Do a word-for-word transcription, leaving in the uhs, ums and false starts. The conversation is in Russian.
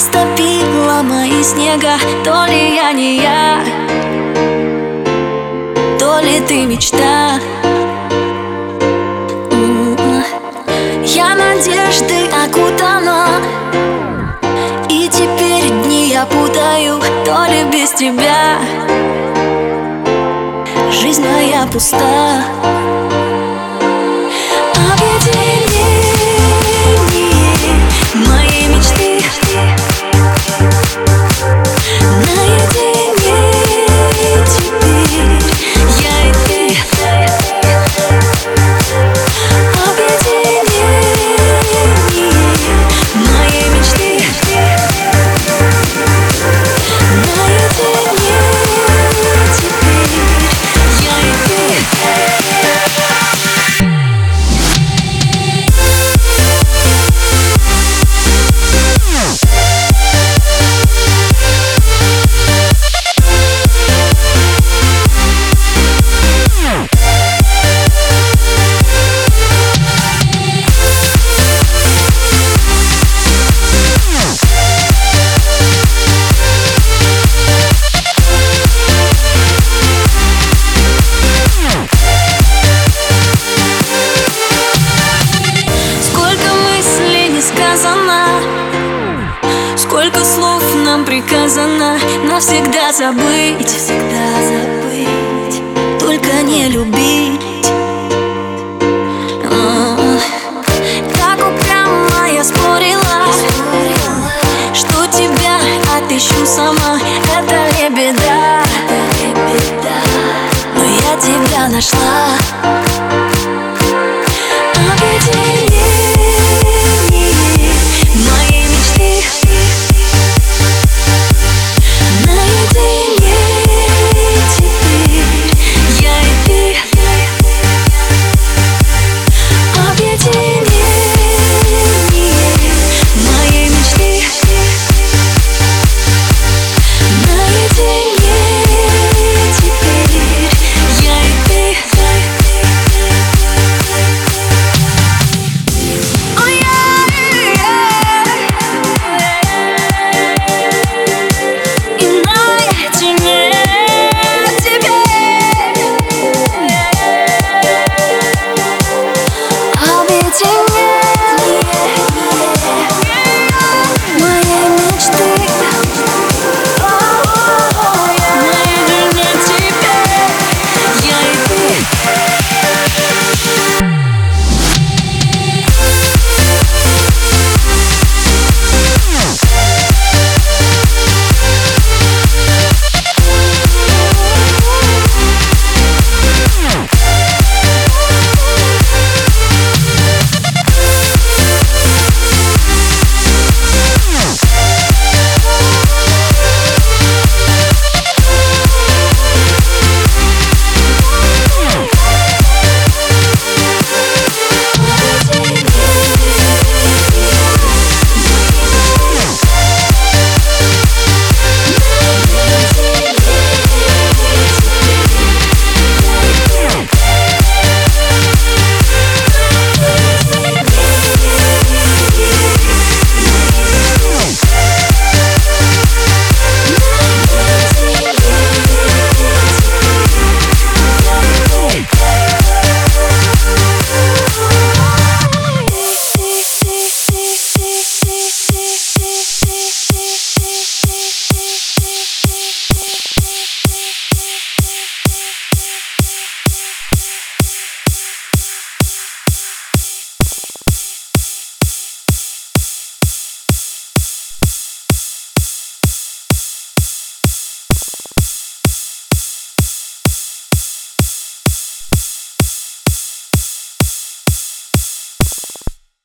растопила мои снега. То ли я не я, то ли ты мечта. Я надежды окутана, и теперь дни я путаю. То ли без тебя жизнь моя пуста. Объединение моей мечты наедине теперь я и ты. Объединение моей мечты наедине теперь я и ты. Сколько слов нам приказано навсегда забыть, навсегда забыть, только не любить. А-а-а. Как упрямо я спорила, что тебя отыщу сама. Это не беда, но я тебя нашла. Объединение моей мечты наедине теперь я и ты. Объединение моей мечты наедине теперь я и ты. Объединение